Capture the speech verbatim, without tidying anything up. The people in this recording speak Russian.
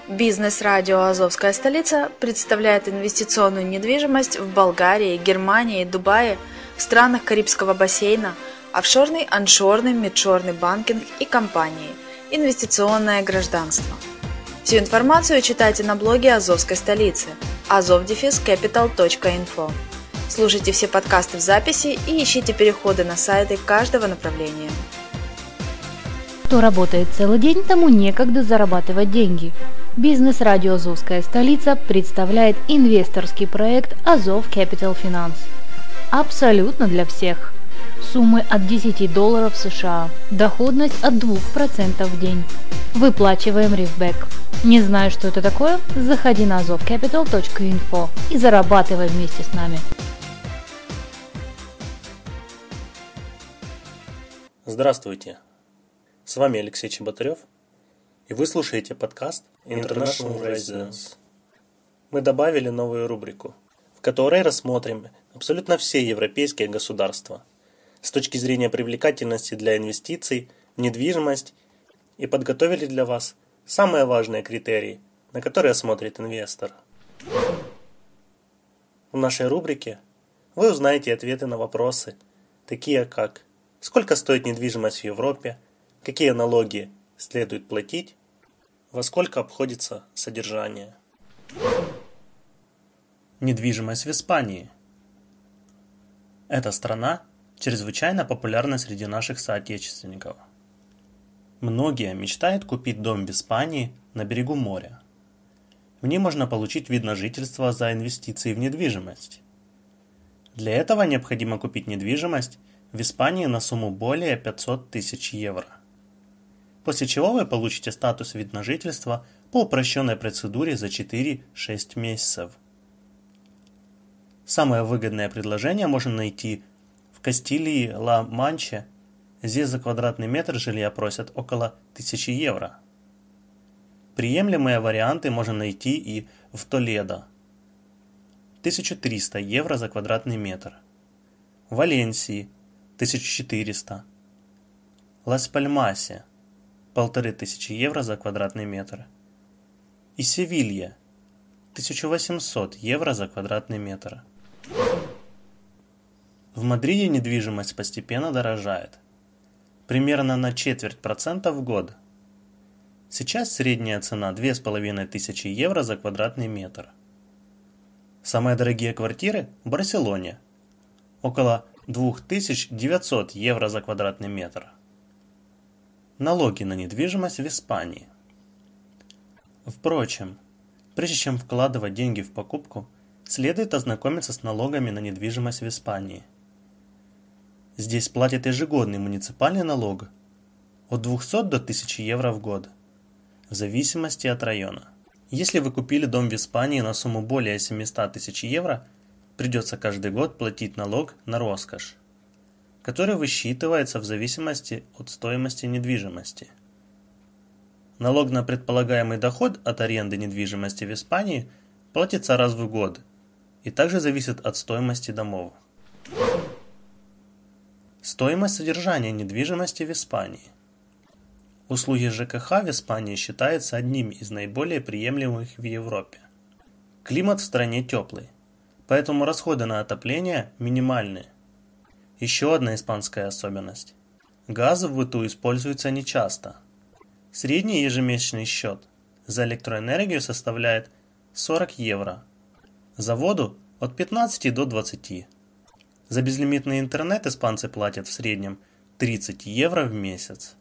Бизнес-радио «Азовская столица» представляет инвестиционную недвижимость в Болгарии, Германии, Дубае, в странах Карибского бассейна, офшорный, аншорный, мидшорный банкинг и компании, инвестиционное гражданство. Всю информацию читайте на блоге «Азовской столицы» азов дефис капитал точка инфо. Слушайте все подкасты в записи и ищите переходы на сайты каждого направления. Кто работает целый день, тому некогда зарабатывать деньги. Бизнес-радио «Азовская столица» представляет инвесторский проект Azov Capital Finance. Абсолютно для всех. Суммы от десяти долларов США. Доходность от двух процентов в день. Выплачиваем рифбэк. Не знаешь, что это такое? Заходи на азов капитал точка инфо и зарабатывай вместе с нами. Здравствуйте! С вами Алексей Чеботарев, и вы слушаете подкаст International Residence. Мы добавили новую рубрику, в которой рассмотрим абсолютно все европейские государства с точки зрения привлекательности для инвестиций в недвижимость и подготовили для вас самые важные критерии, на которые смотрит инвестор. В нашей рубрике вы узнаете ответы на вопросы, такие как: сколько стоит недвижимость в Европе, какие налоги следует платить, во сколько обходится содержание. Недвижимость в Испании. Эта страна чрезвычайно популярна среди наших соотечественников. Многие мечтают купить дом в Испании на берегу моря. В ней можно получить вид на жительство за инвестиции в недвижимость. Для этого необходимо купить недвижимость в Испании на сумму более пятьсот тысяч евро. После чего вы получите статус вид на жительство по упрощенной процедуре за четыре-шесть месяцев. Самое выгодное предложение можно найти в Кастилии Ла-Манче. Здесь за квадратный метр жилья просят около тысячи евро. Приемлемые варианты можно найти и в Толедо. тысяча триста евро за квадратный метр. В Валенсии тысяча четыреста. Лас-Пальмасе полторы тысячи евро за квадратный метр. И Севилья тысяча восемьсот евро за квадратный метр. В Мадриде недвижимость постепенно дорожает. Примерно на четверть процента в год. Сейчас средняя цена две с половиной тысячи евро за квадратный метр. Самые дорогие квартиры в Барселоне. Около две тысячи девятьсот евро за квадратный метр. Налоги на недвижимость в Испании. Впрочем, прежде чем вкладывать деньги в покупку, следует ознакомиться с налогами на недвижимость в Испании. Здесь платят ежегодный муниципальный налог от двухсот до тысячи евро в год, в зависимости от района. Если вы купили дом в Испании на сумму более семисот тысяч евро, придется каждый год платить налог на роскошь, который высчитывается в зависимости от стоимости недвижимости. Налог на предполагаемый доход от аренды недвижимости в Испании платится раз в год и также зависит от стоимости домов. Стоимость содержания недвижимости в Испании. Услуги ЖКХ в Испании считаются одним из наиболее приемлемых в Европе. Климат в стране теплый, поэтому расходы на отопление минимальные. Еще одна испанская особенность. Газ в быту используется нечасто. Средний ежемесячный счет за электроэнергию составляет сорок евро. За воду от пятнадцати до двадцати. За безлимитный интернет испанцы платят в среднем тридцать евро в месяц.